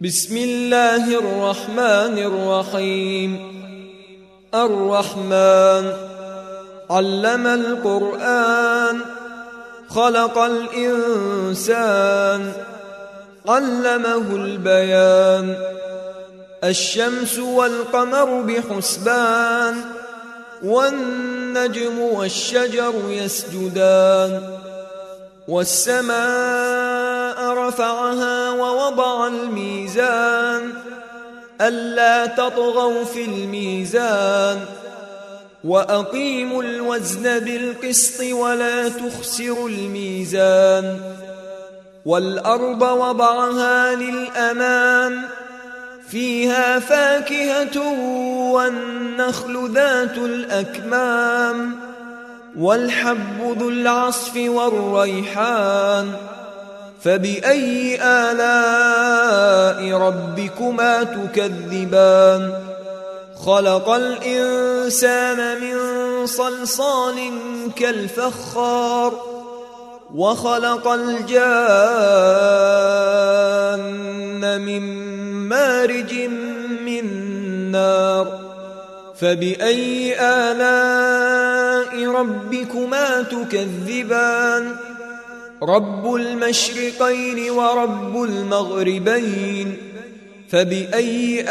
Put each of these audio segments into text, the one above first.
بسم الله الرحمن الرحيم. الرحمن علم القرآن، خلق الإنسان، علمه البيان. الشمس والقمر بحسبان، والنجم والشجر يسجدان. والسماء رفعها ووضع الميزان، ألا تطغوا في الميزان، وأقيموا الوزن بالقسط ولا تخسروا الميزان. والأرض وضعها للأنام، فيها فاكهة والنخل ذات الأكمام، والحب ذو العصف والريحان. فبأي آلاء ربكما تكذبان؟ خلق الإنسان من صلصال كالفخار، وخلق الجان من مارج من نار. فبأي آلاء ربكما تكذبان؟ رب المشرقين ورب المغربين. فبأي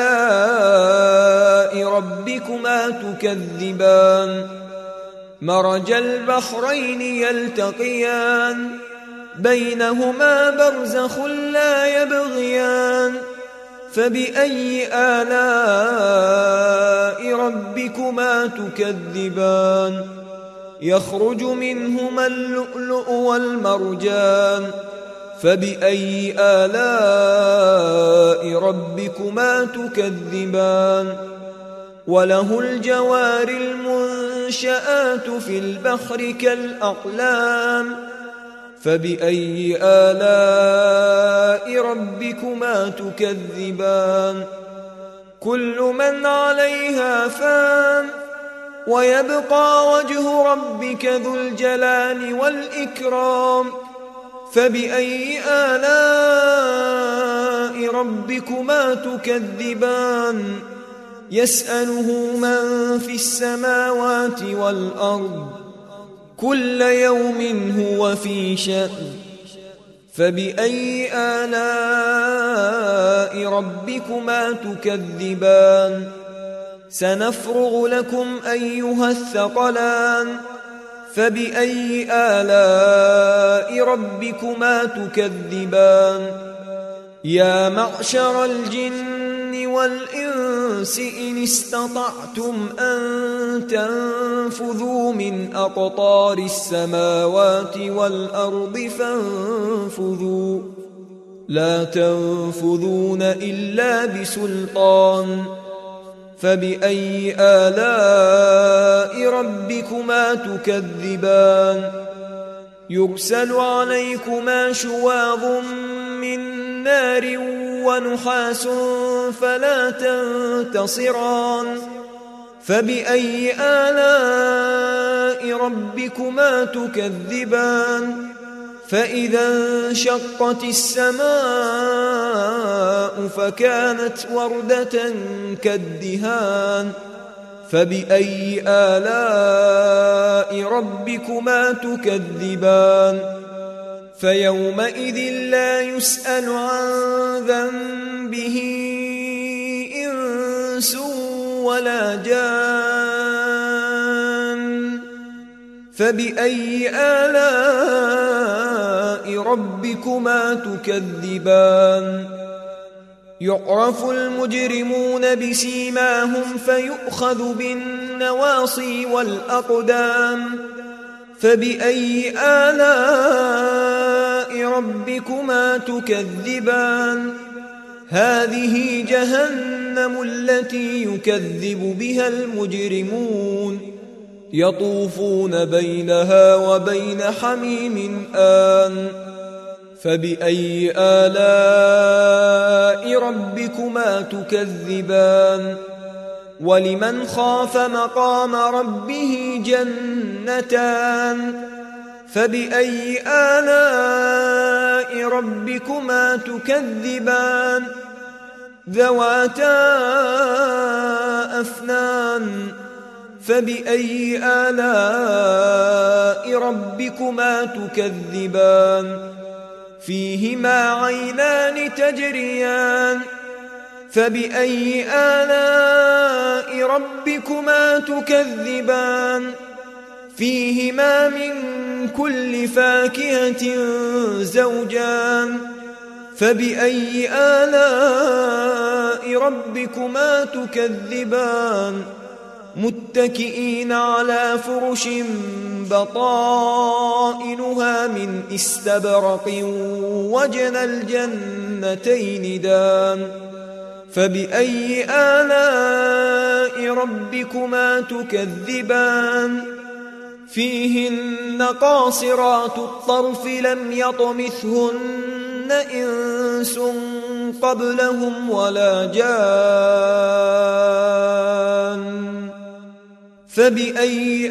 آلاء ربكما تكذبان؟ مرج البحرين يلتقيان، بينهما برزخ لا يبغيان. فبأي آلاء ربكما تكذبان؟ يخرج منهما اللؤلؤ والمرجان. فبأي آلاء ربكما تكذبان؟ وله الجوار المنشآت في البحر كالأعلام. فبأي آلاء ربكما تكذبان؟ كل من عليها فان، ويبقى وجه ربك ذو الجلال والإكرام. فبأي آلاء ربكما تكذبان؟ يسأله من في السماوات والأرض، كل يوم هو في شأن. فبأي آلاء ربكما تكذبان؟ سنفرغ لكم أيها الثقلان. فبأي آلاء ربكما تكذبان؟ يا معشر الجن والإنس إن استطعتم أن تنفذوا من أقطار السماوات والأرض فانفذوا، لا تنفذون إلا بسلطان. فبأي آلاء ربكما تكذبان؟ يرسل عليكما شواظ من نار ونحاس فلا تنتصران. فبأي آلاء ربكما تكذبان؟ فإذا انشقت السماء فكانت وردة كالدهان. فبأي آلاء ربكما تكذبان؟ فيومئذ لا يسأل عن ذنبه إنس ولا جان. فبأي آلاء ربكما تكذبان؟ يعرف المجرمون بسيماهم فيؤخذ بالنواصي والأقدام. فبأي آلاء ربكما تكذبان؟ هذه جهنم التي يكذب بها المجرمون، يطوفون بينها وبين حميم آن. فبأي آلاء ربكما تكذبان؟ ولمن خاف مقام ربه جنتان. فبأي آلاء ربكما تكذبان؟ ذواتا أفنان فبأي آلاء ربكما تكذبان فيهما عينان تجريان فبأي آلاء ربكما تكذبان فيهما من كل فاكهة زوجان فبأي آلاء ربكما تكذبان متكئين على فرش بطائنها من استبرق وجنى الجنتين دان فبأي آلاء ربكما تكذبان فيهن قاصرات الطرف لم يطمثهن إنس قبلهم ولا جان فبأي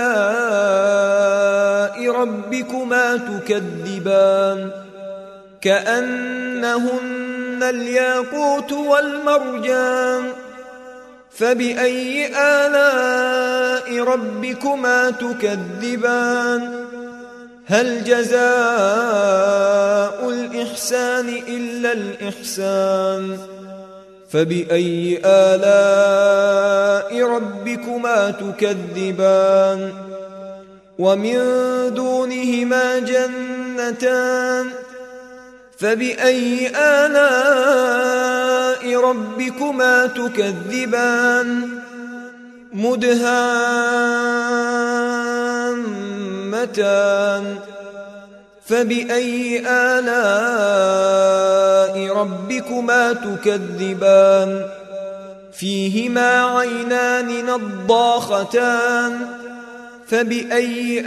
آلاء ربكما تكذبان كأنهن الياقوت والمرجان فبأي آلاء ربكما تكذبان هل جزاء الإحسان إلا الإحسان فبأي آلاء ربكما تكذبان ومن دونهما جنتان فبأي آلاء ربكما تكذبان مدهامتان فبأي آلاء ربكما تكذبان فيهما عينان نضاختان فبأي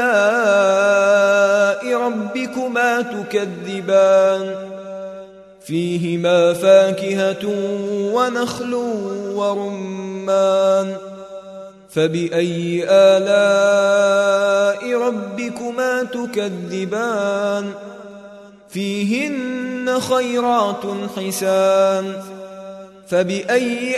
آلاء ربكما تكذبان فيهما فاكهة ونخل ورمان فبأي آلاء ربكما تكذبان فيهن خيرات حسان فبأي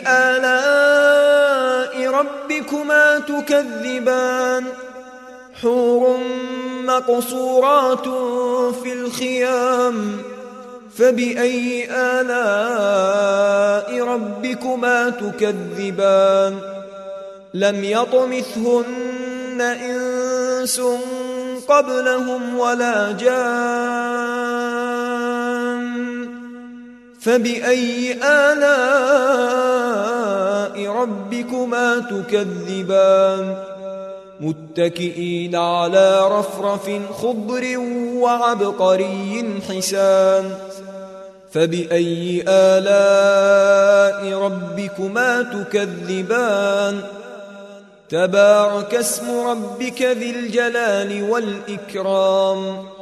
آلاء ربكما تكذبان حور مقصورات في الخيام فبأي آلاء ربكما تكذبان لم يطمثهن إنس قبلهم ولا جان فبأي آلاء ربكما تكذبان متكئين على رفرف خضر وعبقري حسان فبأي آلاء ربكما تكذبان تبارك اسم ربك ذي الجلال والإكرام